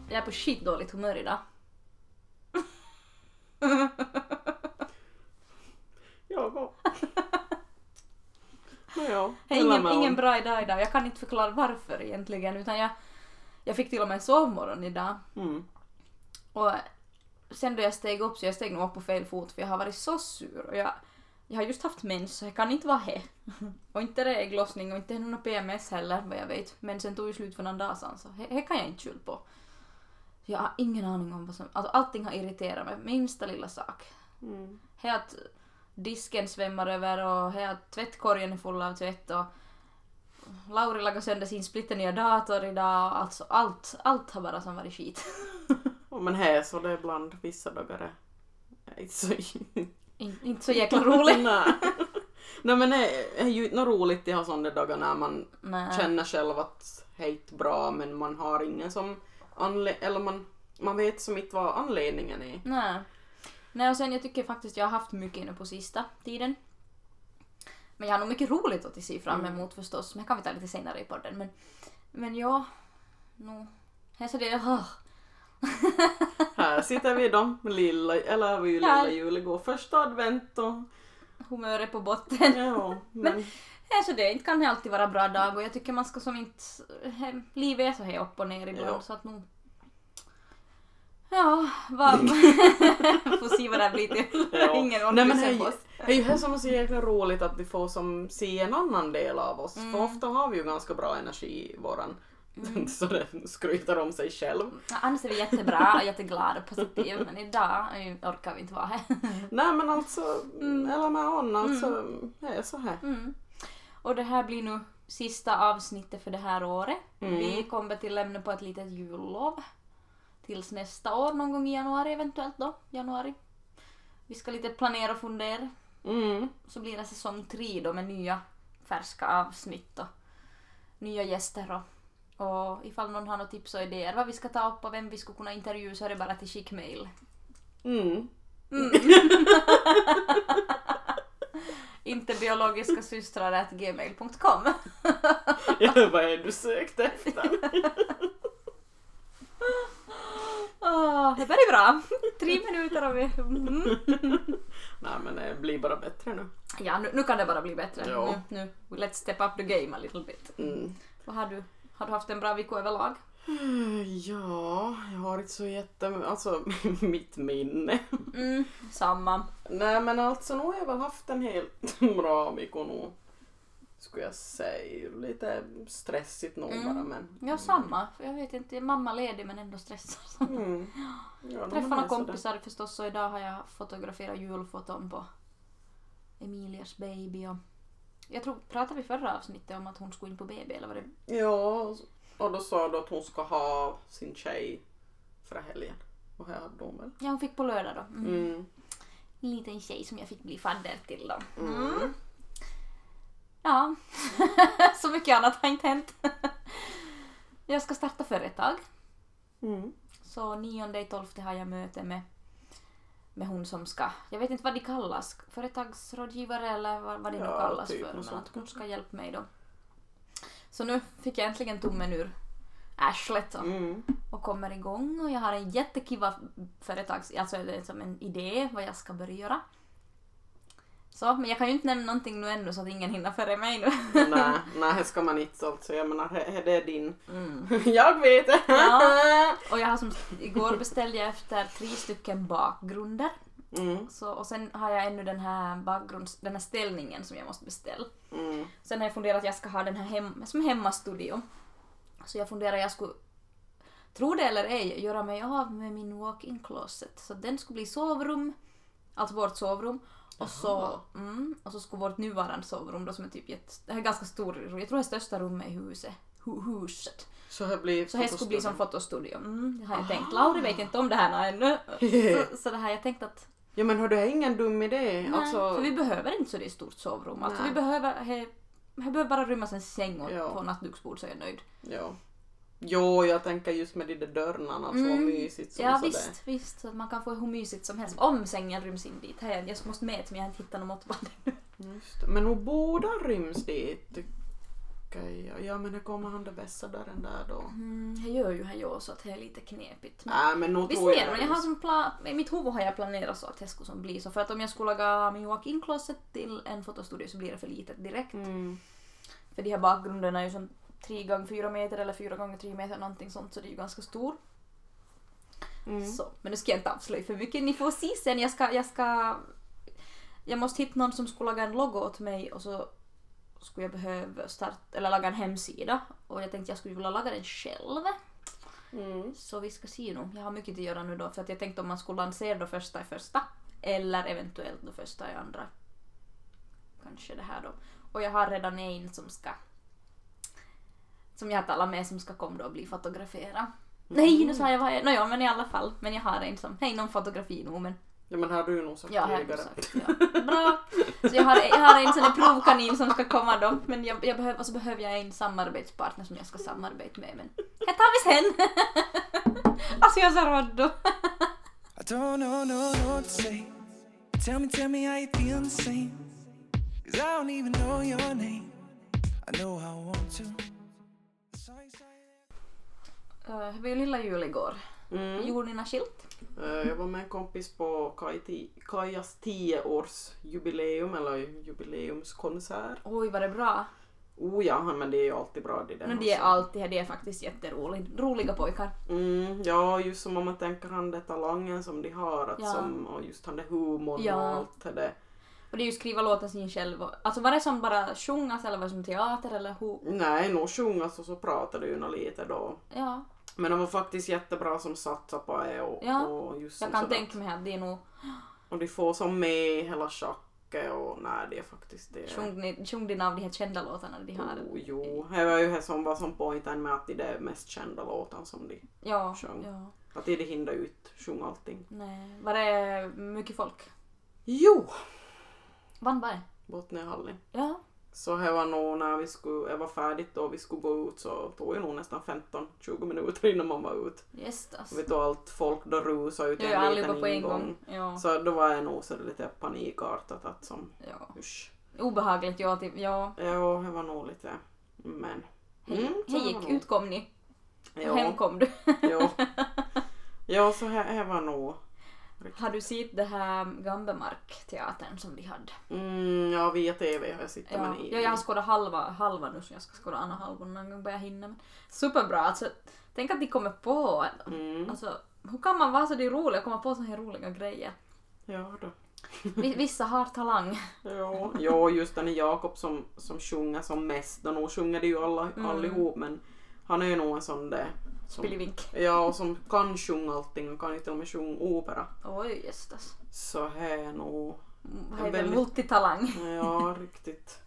Jag är på skitdåligt humör idag. Jag går. Ja, Ingen bra dag idag. Jag kan inte förklara varför egentligen. Utan jag fick till och med en sovmorgon idag. Och sen då jag steg upp, så jag steg nog upp på fel fot. För jag har varit så sur. Och jag har just haft mens, så jag kan inte vara här. Och inte regellossning och inte någon PMS heller, vad jag vet. Men sen tog ju slut för någon dag sedan, så det kan jag inte skylla på. Jag har ingen aning om vad som... Alltså allting har irriterat mig. Minsta lilla sak. Här att disken svämmar över och här att tvättkorgen är full av tvätt och Lauri lagade sönder sin splitternya dator idag. Alltså allt har bara som varit skit. Men här så det är bland vissa dagar är inte så jäkla roligt. Nej men det är ju inte roligt att ha sådana dagar när man känner själv att det är inte bra, men man har ingen som eller man vet som inte vad anledningen är. Nej, och sen jag tycker faktiskt jag har haft mycket nu på sista tiden. Men jag har nog mycket roligt att se fram emot förstås. Men kan vi ta lite senare i podden. Men ja, nu. Här så det Här sitter vi då, lilla jul går första advent och humöret på botten. Ja, men här så det inte kan det alltid vara bra dag, och jag tycker man ska som inte livet är så här upp och ner ibland, så att nu får se vad det blir till. Ingen Nej, men det är ju här som är så jäkla roligt att vi får som se en annan del av oss. För ofta har vi ju ganska bra energi i våran. Så det skryter om sig själv. Annars är vi jättebra, jätteglada och positiva, men idag orkar vi inte vara här. Nej men alltså, eller med Anna, alltså, det är så här. Och det här blir nu sista avsnittet för det här året. Vi kommer till lämna på ett litet jullov. Tills nästa år, någon gång i januari eventuellt då. Januari. Vi ska lite planera och fundera. Så blir det säsong 3 då med nya färska avsnitt och nya gäster och ifall någon har några tips och idéer vad vi ska ta upp och vem vi ska kunna intervjua, så är det bara till skickmail. Inte biologiskasystrar@gmail.com. Ja, vad är du sökt efter? Det börjar bra. 3 minuter har vi. Nej men det blir bara bättre nu. Ja, nu kan det bara bli bättre. Ja. Nu let's step up the game a little bit. Vad har du haft en bra vecka överlag? Ja, jag har inte så alltså mitt minne. Samma. Nej men alltså nu har jag väl haft en helt bra vecka nu. Skulle jag säga. Lite stressigt nog bara, men... Ja, samma. För jag vet inte, mamma ledig men ändå stressad. Ja, träffar några kompisar förstås, så idag har jag fotograferat julfoton på Emilias baby. Och jag tror, pratade vi förra avsnittet om att hon skulle in på BB, eller var det? Ja, och då sa du att hon ska ha sin tjej för helgen. Och här hade hon väl? Ja, hon fick på lördag då. En liten tjej som jag fick bli fadder till då. Ja, så mycket annat har inte hänt. Jag ska starta företag. Så 9/12 har jag möte med hon som ska, jag vet inte vad de kallas, företagsrådgivare eller vad det nu kallas typ för, men att hon ska hjälpa mig då. Så nu fick jag äntligen tummen ur arslet och kommer igång, och jag har en jättekiva alltså det är som en idé vad jag ska börja göra. Så, men jag kan ju inte nämna någonting nu ännu så att ingen hinner före mig nu. Nej, det ska man inte, alltså. Jag menar, det är din. Jag vet det. Ja, och jag har igår beställde jag efter 3 stycken bakgrunder. Så, och sen har jag ännu den här ställningen som jag måste beställa. Sen har jag funderat att jag ska ha den här som hemmastudio. Så jag funderar att jag skulle, tro det eller ej, göra mig av med min walk-in closet. Så den skulle bli sovrum, alltså vårt sovrum. Och så skulle vårt nuvarande sovrum då, som är typ det här är ganska stor, jag tror det är största rummet i huset. Så det skulle bli som fotostudio. Det har jag tänkt. Lauri vet inte om det här ännu. Så det här jag tänkt att... Ja men det är ingen dum idé. Nej, alltså... för vi behöver inte så det är stort sovrum. Alltså vi behöver bara rymmas en säng och på nattduksbord, så är jag nöjd. Ja. Jo, jag tänker just med de där dörrarna, så mysigt som ja, så visst, så att man kan få hur mysigt som helst. Om sängen ryms in dit. Jag måste mäta, men jag har inte hittat något måttband nu. Just det. Men hur båda ryms dit? Okej, ja men det kommer han det bästa där än där då. Jag gör ju här så att det är lite knepigt. Men nog visst tror är det, men jag har som i mitt huvud har jag planerat så att det skulle som bli så. För att om jag skulle laga min walk-in-closet till en fotostudio så blir det för litet direkt. För de här bakgrunderna är ju som 3x4 meter eller 4x3 meter någonting sånt, så det är ju ganska stor. Så, men nu ska jag inte avslöja för mycket. Ni får se sen. Jag måste hitta någon som skulle laga en logo åt mig och så skulle jag behöva laga en hemsida. Och jag tänkte jag skulle vilja laga den själv. Så vi ska se nu. Jag har mycket att göra nu då. För att jag tänkte om man skulle lansera då första eller eventuellt då första i andra. Kanske det här då. Och jag har redan en som jag har talat med som ska komma då och bli fotograferad. Nej, nu sa jag vad jag... men i alla fall. Men jag har en som... Hej, någon fotografi nu, men... Ja, men har du nog sagt tidigare. Ja. Bra. Så jag har en sån här provkanin som ska komma då. Men jag behöver jag en samarbetspartner som jag ska samarbeta med. Men det tar vi sen. Alltså jag är så rädd då. I don't know what to say. Tell me how you feel the same. 'Cause I don't even know your name. I know how I want to. Det var ju lilla jul igår. Gjorde ni något skilt? Jag var med en kompis på Kajas 10-års jubileum eller jubileumskonsert. Oj, var det bra? Ja, men det är ju alltid bra det där. Men det är alltid, det är faktiskt roliga pojkar. Ja, just som om man tänker han det talangen som de har och just han det humorn och allt det. Och det är ju skriva låten sin själv. Alltså var det som bara sjungas eller var det som teater eller hur? Nej, nog sjungas och så pratade ju nog lite då. Ja. Men de var faktiskt jättebra som satsar på det och just jag kan tänka mig att det är nog... Och de får som med hela schacket och nej, det är faktiskt det. Sjung din av de här kända låtarna de har. Jo, det var ju det som var som pointen med att det är mest kända låtarna som de sjöng. Ja. Att de hinner ut sjunga allting. Nej, var det mycket folk? Jo! Vann var det? Botniahallen. Ja. Så det var nog när jag var färdigt och vi skulle gå ut så tog det nog nästan 15-20 minuter innan man var ut. Just alltså. Vi tog allt folk då rusade ut en liten ingång. Ja. Så då var jag nog så lite panikartat att som usch. Obehagligt, ja. Ja, det var nog lite, men... utkom ni? Ja. Hem kom du? Ja, så här var nog... Riktigt. Har du sett det här Gambemark-teatern som vi hade? Ja, via TV har jag sett men jag har skådat halva nu så jag ska skåda andra halvan någon gång börja hinna. Men superbra, alltså tänk att de kommer på alltså, hur kan man vara så det är roligt att komma på såna här roliga grejer? Ja då. Vissa har talang. Ja, just den Jakob som sjunger som mest. Och nog sjunger det ju allihop men han är ju nog en sån där Spillevink. Ja, och som kan sjunga allting och kan ju till och med sjunga opera. Oj, gästas. Så här är nog... Här är multitalang. Ja, riktigt.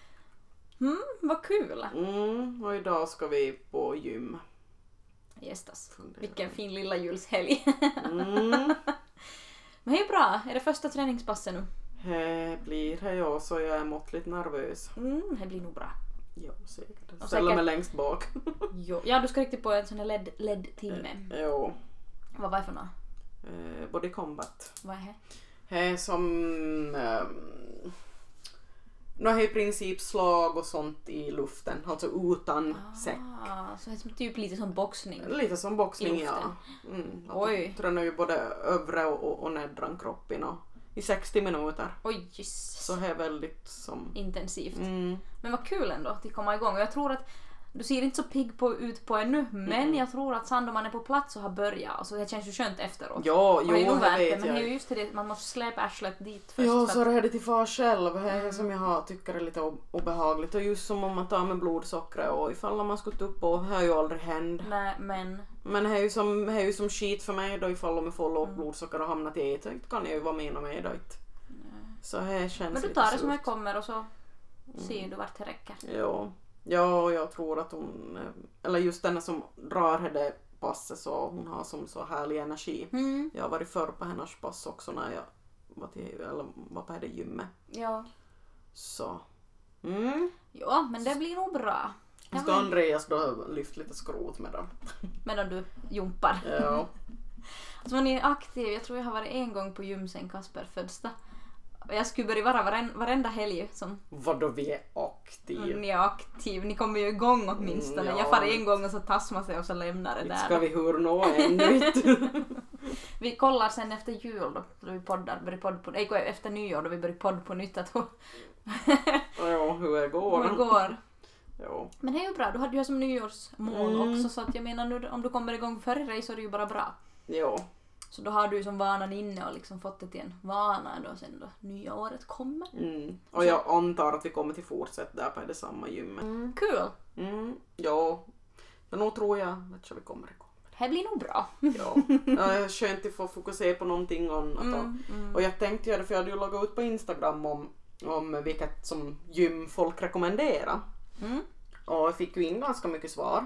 Vad kul. Och idag ska vi på gym. Gästas. Vilken fin lilla julshelg. Men det är bra. Är det första träningspassen nu? Det blir det, ja. Så jag är måttligt nervös. Det blir nog bra. Ja, säkert. Ställa mig längst bak. Ja, du ska riktigt på en sån här LED-timme. Jo. Vad var det för något? Body Combat. Vad är det? Det är som... det är i princip slag och sånt i luften. Alltså utan säck. Så det är typ lite som boxning. Lite som boxning, ja. Oj. Du tränar ju både övre och nedre kroppen i 60 minuter. Oj, just. Så det är väldigt som... intensivt. Men vad kul ändå att komma igång. Och jag tror att du ser inte så pigg ut på ännu, men jag tror att sen då man är på plats och har börjat, och så det känns ju skönt efteråt. Ja, det vet jag. Men det är ju just det, man måste släpa arslet dit först. Ja, så är det till far själv. Det är som jag tycker är lite obehagligt. Och just som om man tar med blodsockret och ifall man skulle upp och det har ju aldrig hänt. Nej, men det är ju som skit för mig då ifall om jag får lågt blodsocker och hamnat i ett, kan jag ju vara med då. Så det känns. Men du tar det som det kommer och så ser du vart det räcker. Ja, jag tror att hon, eller just den som drar det passet, så hon har som så härlig energi. Jag har varit förr på hennes pass också när jag var på det gymmet. Ja. Så. Ja, men det blir nog bra. Ska Andreas då lyft lite skrot med dem. Medan du jumpar. Ja. Alltså man är aktiv, jag tror jag har varit en gång på gym sen Kasper födsta. jag skulle börja vara varenda helg som... Vadå vi är aktiv? Ni är aktiv, ni kommer ju igång åtminstone. Ja. Jag far en gång och så tassar sig och så lämnar det där. Ska vi hur nå ännu? Vi kollar sen efter jul då vi börjar podd på... efter nyår då vi börjar podd på nytt. Ja, hur det går. Hur det går. Ja. Men det är ju bra, du hade ju som nyårsmål också så att jag menar nu om du kommer igång före dig så är det ju bara bra. Ja. Så då har du som vanan inne och liksom fått det till en vana då sen då nya året kommer. Och jag antar att vi kommer till fortsätta där på det samma gymmet. Kul! Ja, men nog tror jag att vi kommer igång. Det blir nog bra. Ja, det är skönt att få fokusera på någonting annat. Och jag tänkte göra det för jag hade ju loggat ut på Instagram om vilket som gym folk rekommenderar. Och jag fick ju in ganska mycket svar.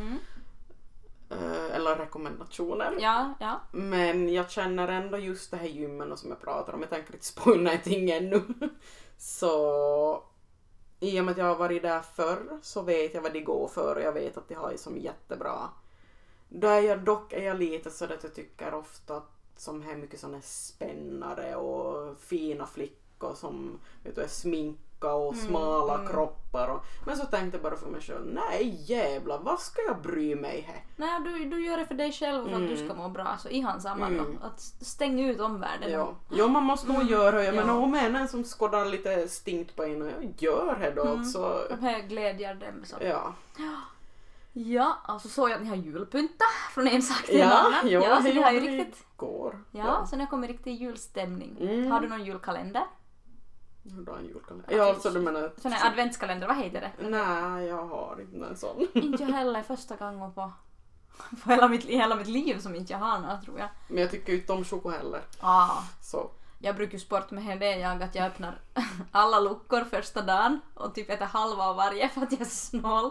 Eller rekommendationer. Ja. Men jag känner ändå just det här gymmen som jag pratar om. Jag tänker inte spoila någonting ännu. Så i och med att jag har varit där förr så vet jag vad det går för. Och jag vet att det har ju som jättebra. Dock är jag lite så att jag tycker ofta att som här mycket såna spännare och fina flickor som vet du, är sminka och smala kroppar. Men så tänkte jag bara för mig själv, nej jävlar, vad ska jag bry mig här? Nej, du gör det för dig själv för att du ska må bra. Så i hans samman att stänga ut omvärlden. Ja, man måste nog göra det. Men om en som skådar lite stinkt på en och jag gör det då. Så... De här glädjer dem. Så. Ja. Ja, alltså såg jag att ni har julpynta från en sak till en annan. Ja, så det har ju riktigt... Går. Ja, så nu kommer riktigt julstämning. Har du någon julkalender? Hur då en julkalender? Ja, alltså du menar... Sån här adventskalender, vad heter det? Nej, jag har inte en sån. Inte jag heller första gången på hela mitt liv som inte jag har några, tror jag. Men jag tycker inte om choko heller. Så. Jag brukar ju sport med det att jag öppnar alla luckor första dagen och typ äter halva av varje för att jag är snål.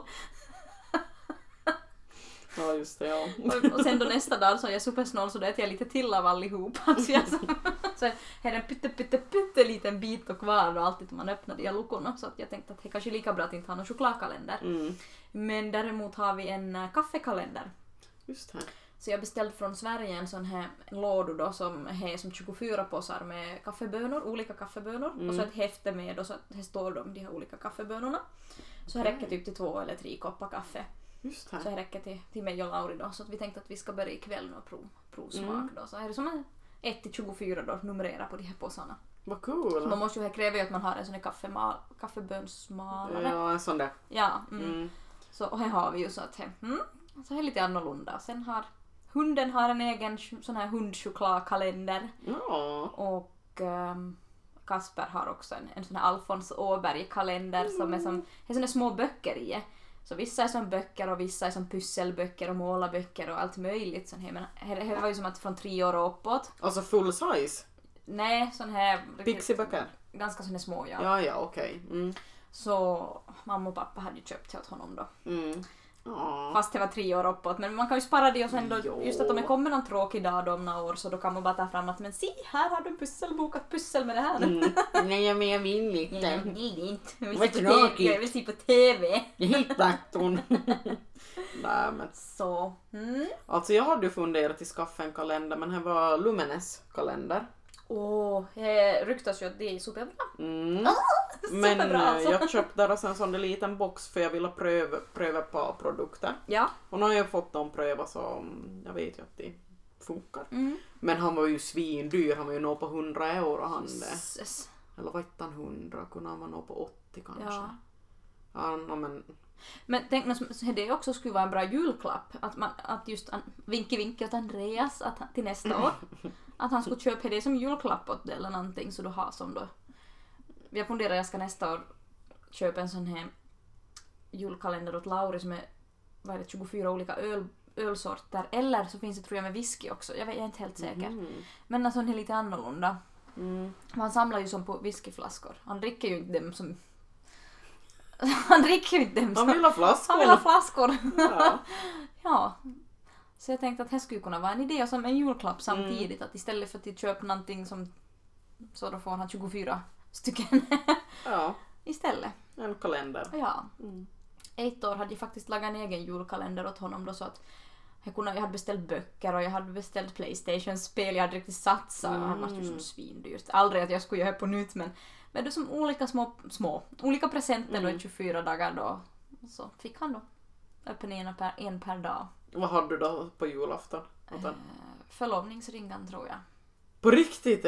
Ja, just det, ja. Och sen då nästa dag så är jag supersnål så då äter jag lite till av allihop. Så här är en pytte liten bit och kvar och alltid man öppnar de här luckorna. Så att jag tänkte att det kanske är lika bra att inte ha någon chokladkalender. Men däremot har vi en kaffekalender. Just det. Så jag beställde från Sverige en sån här låda då som är som 24 påsar med kaffebönor, olika kaffebönor. Och så ett häfte med och så här står de här olika kaffebönorna. Så här räcker typ till 2 eller 3 koppar kaffe. Just det. Så här räcker till mig och Lauri då. Så att vi tänkte att vi ska börja ikväll och provsmak då. Så här är det som en 1-24 då numrera på de här påsarna. Vad cool. Man måste ju kräva att man har en sån här kaffebönsmalare. Ja, en sån där. Ja. Så och här har vi ju så att så här är lite annorlunda. Sen har hunden en egen sån här hundchokladkalender. Ja. Och Kasper har också en sån här Alfons Åberg-kalender som är såna små böcker i. Så vissa är som böcker och vissa är som pusselböcker och målarböcker och allt möjligt. Sån här. Men det var ju som att från 3 år och uppåt. Alltså full size? Nej, sån här... Pixie-böcker? Ganska såna små, ja. Ja, okej. Så mamma och pappa hade ju köpt till åt honom då. Ja. Fast det var 3 år uppåt. Men man kan ju spara det och sen då, just att om det kommer någon tråkig dag då om några år så då kan man bara ta fram att men se, här har du en pusselbokat pussel med det här. Nej, men jag vill inte. Jag vill inte. Jag vill se på TV. Jag hittat hon. Nej, men... Så. Alltså jag hade ju funderat till skaffa en kalender men det var Lumines kalender. Det ryktas ju att det är superbra. Men superbra, alltså. jag köpte där en sån där liten box för jag ville pröva på produkter. Ja. Och nu har jag fått dem pröva så jag vet ju att det funkar. Men han var ju svindyr, han var ju nog på 100 euro han det. Eller var inte han 100, kunde han vara nog på 80 kanske. Ja, men tänk att det också skulle vara en bra julklapp att just vinki åt Andreas till nästa år att han skulle köpa det som julklapp åt det eller någonting så du har som då. Jag funderar jag ska nästa år köpa en sån här julkalender åt Lauri som är 24 olika ölsorter eller så finns det tror jag med whisky också. Jag är inte helt säker. Men en sån är lite annorlunda. Han samlar ju som på whiskyflaskor. Han dricker ju inte dem som han dricker ju inte dem som... Han vill ha flaskor. Han vill ha flaskor. Ja. Ja. Så jag tänkte att det skulle kunna vara en idé som en julklapp samtidigt. Att istället för att köpa någonting som... Så då får han 24 stycken. Ja. Istället. En kalender. Ja. Ett år hade jag faktiskt lagat en egen julkalender åt honom då så att Jag hade beställt böcker och jag hade beställt PlayStation-spel. Jag hade riktigt satsat. Det var ju som svindyrt. Aldrig att jag skulle göra på nytt, men det som olika olika presenter då i 24 dagar då. Så fick han då öppna en per dag. Vad hade du då på julafton? Förlovningsringen tror jag. På riktigt?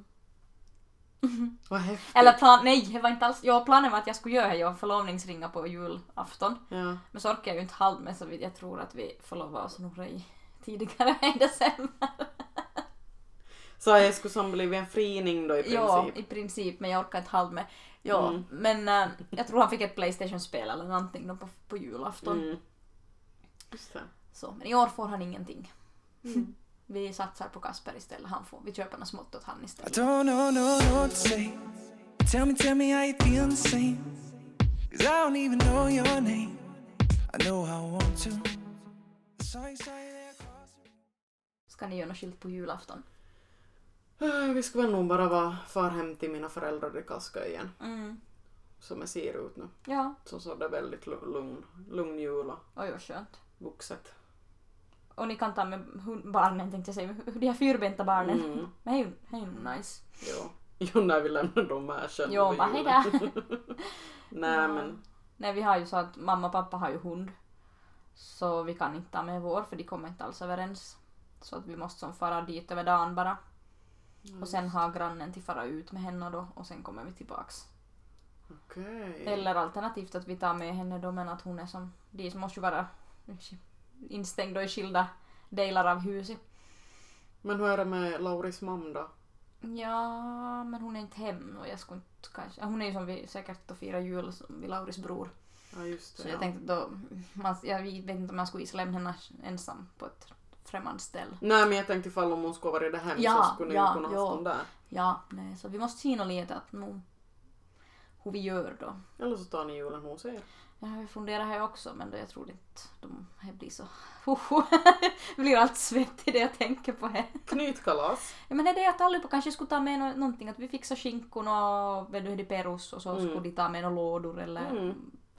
Vad häftigt. Eller nej, det var inte alls. Planen var att jag skulle göra förlovningsringar på julafton. Ja. Men så orkar jag ju inte halv med, så jag tror att vi förlovar oss nog tidigare i december. Så det skulle som blivit en frining då i princip? Ja, i princip, men jag orkar inte halv med. Ja, men jag tror han fick ett PlayStation-spel eller någonting då på julafton. Just det. Så, men i år får han ingenting. Vi satsar på Kasper istället. Vi köper något smått åt han istället. I don't know what to say. Tell me how you feel the same. 'Cause I don't even know your name. I know how I want to. Ska ni göra något skilt på julafton? Vi ska väl nog bara far hem till mina föräldrar i Kaska igen. Som det ser ut nu. Ja. Så det är väldigt lugn jul och oj, vad skönt. vuxet. Och ni kan ta med barnen, tänkte jag säga. De här fyrbenta barnen. Men det är ju nice. Jo, när vi lämnar dem här sen. Jo, bara hejdå. Men... Nej, vi har ju så att mamma och pappa har ju hund. Så vi kan inte ta med vår, för de kommer inte alls överens. Så att vi måste som fara dit över dagen bara. Och sen har grannen till fara ut med henne då. Och sen kommer vi tillbaks. Okej. Eller alternativt att vi tar med henne då, men att hon är som... De måste ju vara instängd i skilda delar av huset. Men hur är det med Lauris mamma då? Ja, men hon är inte hem och jag skulle inte kanske... Hon är ju som vi säkert att fira jul vid Lauris bror. Ja, just det. Så jag tänkte då... jag vet inte om man skulle lämna henne ensam på ett främmande ställe. Nej, men jag tänkte ifall om hon skulle vara där hem så skulle ni kunna ha dem där. Ja, nej, så vi måste se något lite att hur vi gör då. Eller så tar ni julen hos er. Jag funderar här också, men då jag tror inte de blir så... Det blir allt svettigt det jag tänker på här. Knytkalas. Ja, men det är att allihopa kanske skulle ta med någonting, att vi fixar skinkon och perus och så skulle de ta med några lådor eller...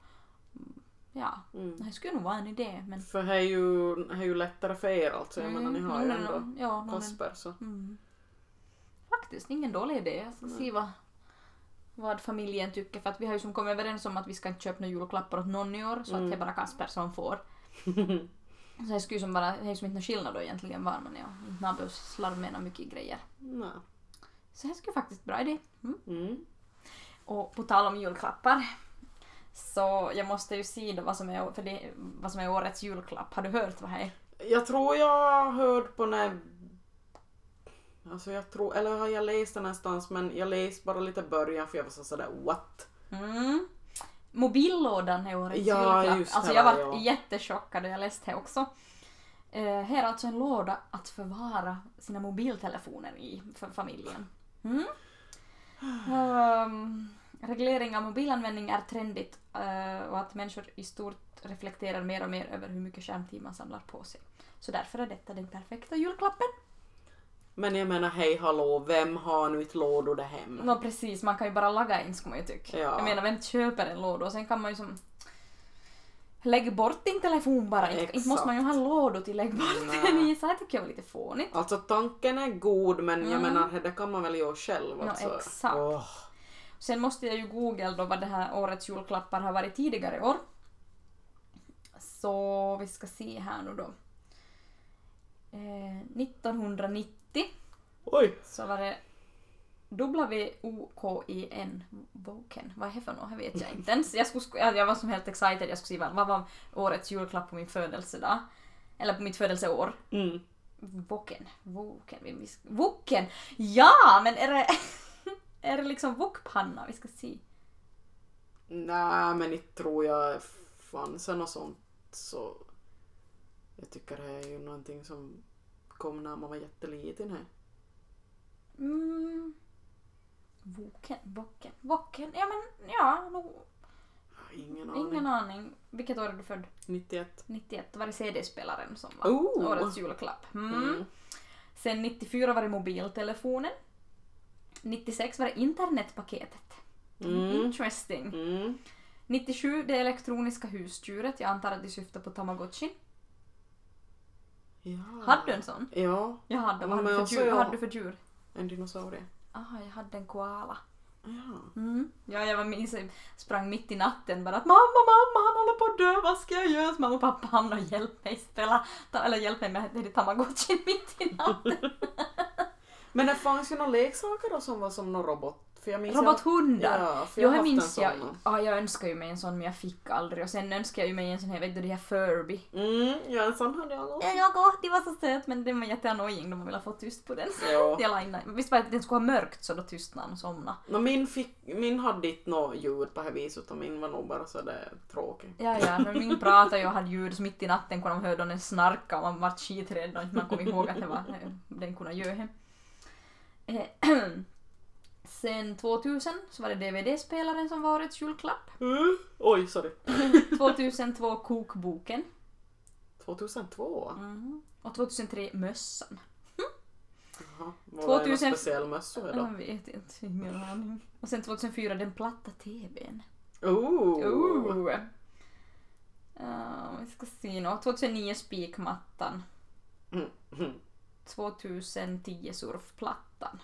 Ja, det skulle nog vara en idé. Men... För det är ju lättare för er alltså, jag menar ni har ju ändå Kasper så. Faktiskt, ingen dålig idé. Jag ska se vad familjen tycker, för att vi har ju som kommit överens om att vi ska inte köpa några julklappar åt någon i år, så att det är bara Kasper som får. Så det skulle som bara, det är som inte någon skillnad då egentligen var, men inte man behöver slarva med mycket grejer. Nej. Så det skulle faktiskt bra idé. Och på tal om julklappar, så jag måste ju se då vad som är årets julklapp. Har du hört vad det är? Jag tror jag har hört på när... Alltså eller har jag läst det någonstans, men jag läste bara lite början för jag var sådär what? Mobillådan är årets julklapp. Just alltså jag var jättechockad och jag läste det också. Här är alltså en låda att förvara sina mobiltelefoner i för familjen. Reglering av mobilanvändning är trendigt och att människor i stort reflekterar mer och mer över hur mycket skärmtid man samlar på sig. Så därför är detta den perfekta julklappen. Men jag menar, hej hallå, vem har nu ett lådor där hemma? No, precis, man kan ju bara laga in, ska man ju tycka. Ja. Jag menar, vem köper en låda? Och sen kan man ju som... Lägg bort din telefon bara. Exakt. Inte måste man ju ha lådor till lägg bort den i. Så här tycker jag var lite fånigt. Alltså tanken är god, men jag menar, det kan man väl göra själv. Alltså. Exakt. Sen måste jag ju googla då vad det här årets julklappar har varit tidigare år. Så vi ska se här nu då. 1990 så var det WOKIN. Woken. Vad är det för något? Jag vet jag inte ens. Jag var som helt excited. Jag skulle se vad var årets julklapp på min födelsedag. Eller på mitt födelseår. Woken. Ja, men är det liksom wokpanna? Vi ska se. Nej, men inte tror jag fanns något sånt. Så jag tycker det är ju någonting som kom när man var jätteliten här. Woken. Ja, men ja, ingen aning. Vilket år är du född? 91. Då var det CD-spelaren som var årets julklapp. Sen 94 var det mobiltelefonen. 96 var det internetpaketet. Interesting. 97 det elektroniska husdjuret. Jag antar att de syftar på Tamagotchi. Ja. Hade du en sån? Ja. Jag hade. Vad Men hade du också för djur? jag- Hade du för djur? En dinosaurie. Aha, jag hade en koala. Ja. Ja, jag var minns, jag sprang mitt i natten bara att mamma, han håller på att dö, vad ska jag göra? Så mamma och pappa hamnade och hjälp mig spela, eller hjälp mig med det Tamagotchi mitt i natten. Men det fanns ju några leksaker då som var som någon robot. För jag minns Robothundar. Ja, för Jo, jag jag har minns haft en sån. jag önskar ju mig en sån men jag fick aldrig. Och sen önskar jag ju mig en sån här, vet du, det här Furby. Ja, en sån hade jag också. Ja, det var så söt men den var jätteannoying då man ville få tyst på den. Ja. Jag linade. Visst var det att den skulle ha mörkt så då tystnade han och somnade. No, min hade inte något ljud på det viset utan min var nog bara så där tråkig. Ja, men min pratade ju och hade ljud så mitt i natten kunde man höra den snarka och man var skiträdd och man kom ihåg att det var den kunde göra hem. Sen 2000 så var det DVD-spelaren som var årets julklapp. Oj, sorry. 2002 kokboken. 2002? Och 2003 mössan. Jaha, var det 2000 någon speciell mössa då? Jag vet inte, ingen aning. Och sen 2004 den platta TVn. Vi ska se nu. 2009 spikmattan. 2010 surfplattan.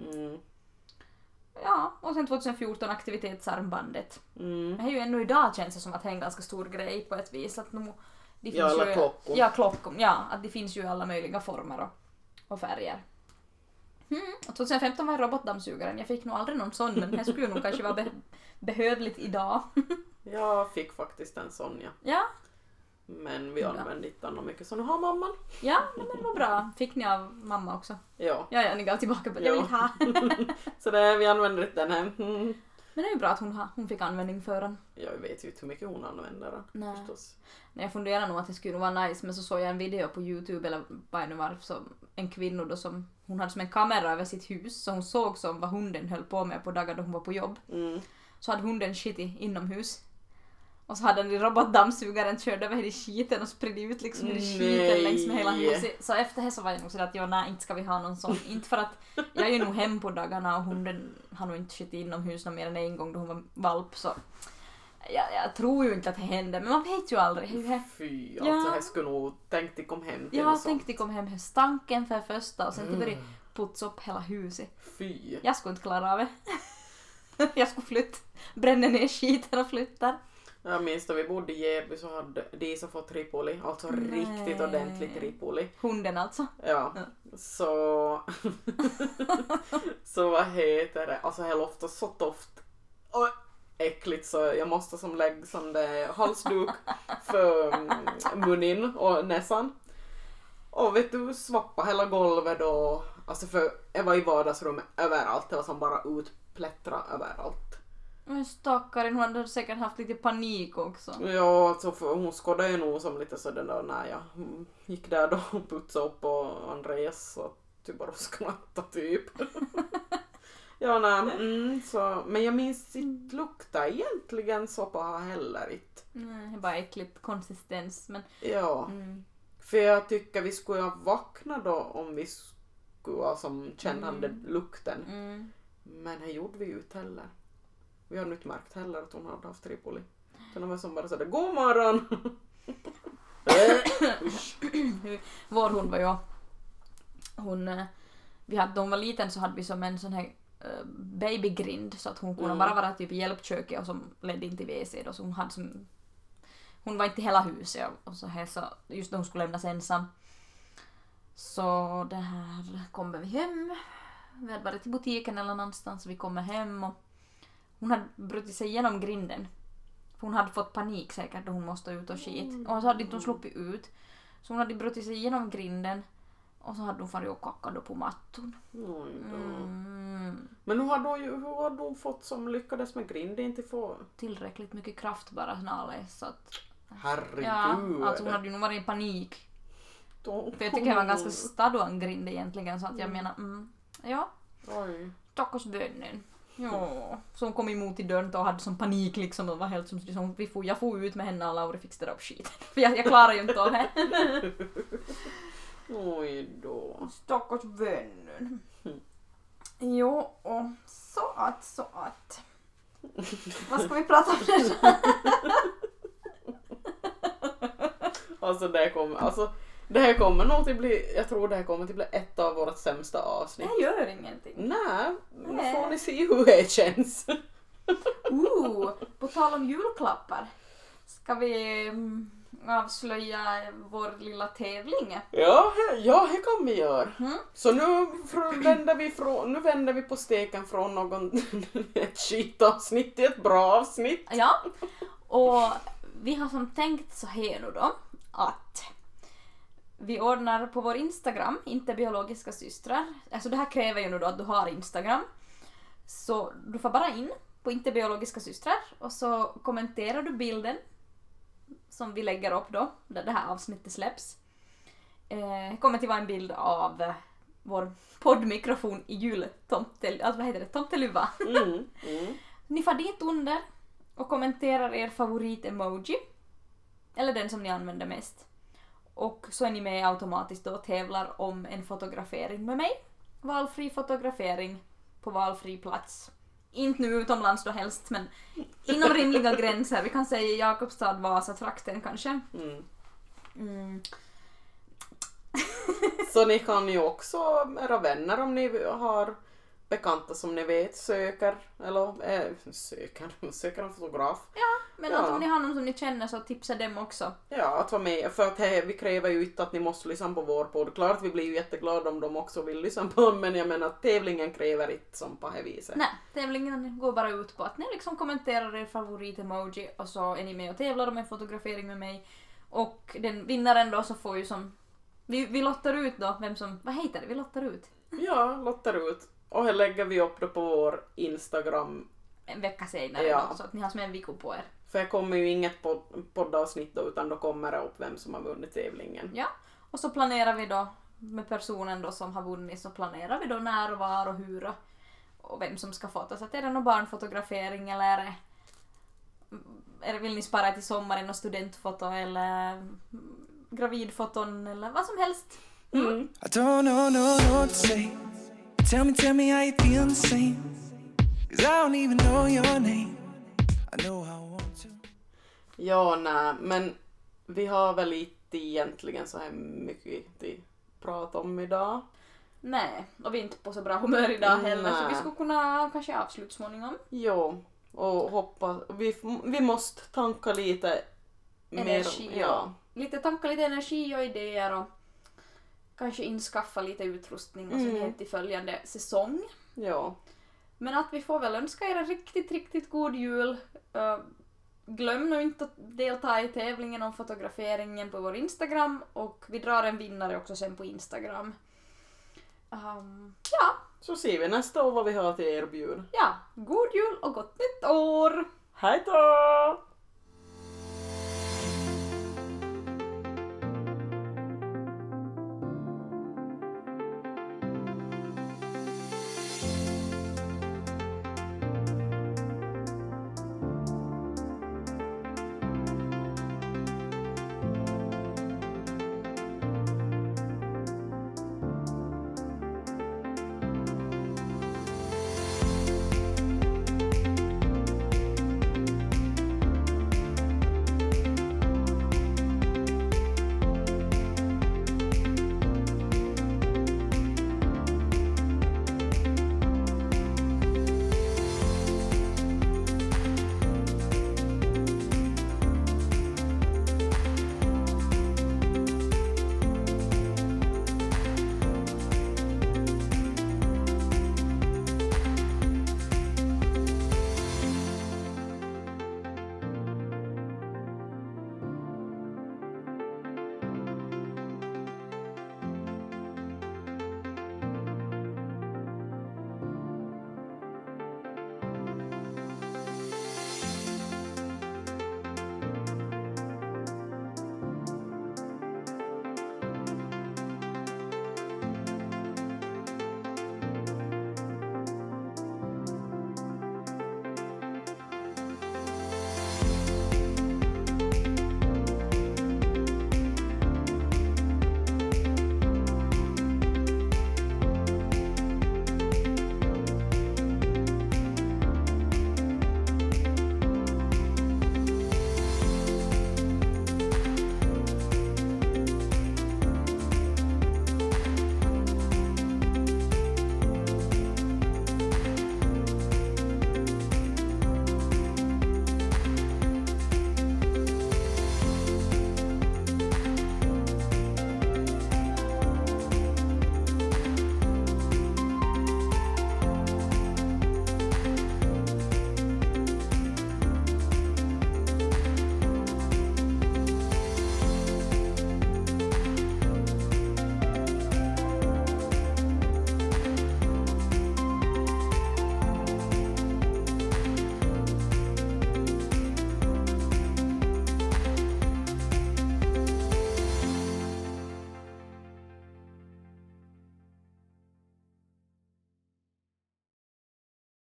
Ja, och sen 2014 aktivitetsarmbandet. Det är ju ännu idag känns det som att det är en ganska stor grej på ett vis. Att nu, det finns alla ju, klockor. Ja, klockor. Ja, att det finns ju i alla möjliga former och färger. Och 2015 var robotdammsugaren. Jag fick nog aldrig någon sån men det skulle nog kanske vara behövligt idag. Jag fick faktiskt en sån, ja. Ja. Men vi använde inte den mycket så nu har mamman. Ja, men det var bra. Fick ni av mamma också? Ja. Ja, ni gav tillbaka på det. Jag vill ha. Så det, vi använder inte den här. Men det är ju bra att hon fick användning för den. Jag vet ju inte hur mycket hon använder den. Nej. Förstås. Nej, jag funderar nog att det skulle vara nice, men så såg jag en video på YouTube eller vad det var, som en kvinna då som hon hade som en kamera över sitt hus så hon såg som vad hunden höll på med på dagar då hon var på jobb. Så hade hunden skitit inomhus. Och så hade den robotdammsugaren kört över hela skiten och spridit ut liksom hela skiten längs med hela huset. Så efter det så var jag nog sådär att nej, inte ska vi ha någon sån. Inte för att jag är ju nog hem på dagarna och hunden har nog inte skitit inomhus någon mer än en gång då hon var valp så jag tror ju inte att det händer men man vet ju aldrig. Fy, alltså jag skulle nog tänkt att kom hem till jag tänkte kom hem stanken för första och sen till börja putsa upp hela huset. Fy. Jag skulle inte klara av det. Jag skulle flytta, bränna ner skiten och flytta. Jag minns då vi bodde i Gävle så hade Disa fått tripoli, alltså riktigt ordentligt tripoli. Hunden alltså? Ja. Så så vad heter det, alltså jag loftar så toft och äckligt så jag måste som lägga sån där halsduk för munnen och näsan. Och vet du, svappa hela golvet då, alltså för jag var i vardagsrummet överallt, det var som bara utplättra överallt. Men stackaren, hon hade säkert haft lite panik också. Ja, alltså för hon skådde ju nog som lite sådär där när jag gick där då och putsade upp och Andreas så typ bara skratta typ. Ja, nej, så, men jag minns inte lukta egentligen soppa heller inte. Nej, det är bara äckligt konsistens men... Ja, för jag tycker vi skulle ha vaknat då om vi skulle ha som kännande lukten. Men det gjorde vi ju inte heller. Vi har inte märkt heller att hon hade haft tripoli. Så de var som bara sådär, god morgon! Vår hund var ju... Då hon var liten så hade vi som en sån här babygrind så att hon kunde bara vara typ i hjälpköket och som ledde in till WC då, så hon hade som... Hon var inte i hela huset och så här så just då hon skulle lämnas ensam. Så det här kommer vi hem. Vi hade varit till butiken eller någonstans och vi kommer hem och hon hade brutit sig igenom grinden. För hon hade fått panik säkert då hon måste ut och skit. Och så hade inte hon sluppit ut. Så hon hade brutit sig igenom grinden. Och så hade hon farit och kackat på matton. Men hur hade hon fått som lyckades med grinden inte få? Tillräckligt mycket kraft bara snarare så att... Herregud. Ja, alltså hon hade ju nog varit i panik. För jag tycker det var en ganska stadig grind egentligen så att jag menar, ja. Oj. Stackars vännen. Ja, så hon kom emot i dörren och hade som panik liksom och var helt som jag får ut med henne och Laura fick ställa upp skit. För jag klarar ju inte av det. Oj då. Stackars vännen. Jo, och så att. Vad ska vi prata om det? Alltså det kom, alltså Det här kommer nog att bli, jag tror det här kommer att bli ett av våra sämsta avsnitt. Det gör ingenting. Nej, nu får ni se hur det känns. På tal om julklappar. Ska vi avslöja vår lilla tävling? Ja, det kan vi göra. Så nu vänder vi på steken från ett skitavsnitt till ett bra avsnitt. Ja, och vi har som tänkt så här nu då att vi ordnar på vår Instagram, inte biologiska systrar. Alltså det här kräver ju nu då att du har Instagram. Så du får bara in på inte biologiska systrar och så kommenterar du bilden som vi lägger upp då, där det här avsnittet släpps. Det kommer att vara en bild av vår poddmikrofon i tomteluva. Ni får dit under och kommenterar er favorit-emoji. Eller den som ni använder mest. Och så är ni med automatiskt då och tävlar om en fotografering med mig. Valfri fotografering på valfri plats. Inte nu utomlands då helst, men inom rimliga gränser. Vi kan säga Jakobstad, Vasa-trakten kanske. Så ni kan ju också, era vänner om ni har bekanta som ni vet söker en fotograf. Ja, men att om ni har någon som ni känner så tipsa dem också. Ja, att vara med. För att vi kräver ju inte att ni måste lyssna på vår podd. Klart vi blir ju jätteglada om de också vill lyssna på den, men jag menar att tävlingen kräver inte som på det viset. Nej, tävlingen går bara ut på att ni liksom kommenterar er favorit-emoji och så är ni med och tävlar om en fotografering med mig. Och den vinnaren då så får ju som... Vi lottar ut då vem som... Vad heter det? Vi lottar ut. Ja, lottar ut. Och här lägger vi upp det på vår Instagram en vecka senare då, så att ni har som en vecka på er. För det kommer ju inget poddavsnitt då, utan då kommer det upp vem som har vunnit tävlingen. Ja, och så planerar vi då med personen då som har vunnit, så planerar vi då när och var och hur och vem som ska fotas. Att är det någon barnfotografering eller vill ni spara till sommaren och studentfoto eller gravidfoton eller vad som helst. I don't know what to say. Tell me how you feel the same. 'Cause I don't even know your name. I know how I want to. Ja, nej, men vi har väl inte egentligen så här mycket att prata om idag. Nej, och vi är inte på så bra humör idag heller, så vi skulle kunna kanske avsluta småningom. Jo, och hoppas vi måste tanka lite energi, mer. Ja. Tanka lite energi och idéer och kanske inskaffa lite utrustning och så till följande säsong. Ja. Men att vi får väl önska er en riktigt god jul. Glöm nu inte att delta i tävlingen om fotograferingen på vår Instagram, och vi drar en vinnare också sen på Instagram. Ja. Så ser vi nästa år vad vi har till erbjud. Ja, god jul och gott nytt år! Hej då!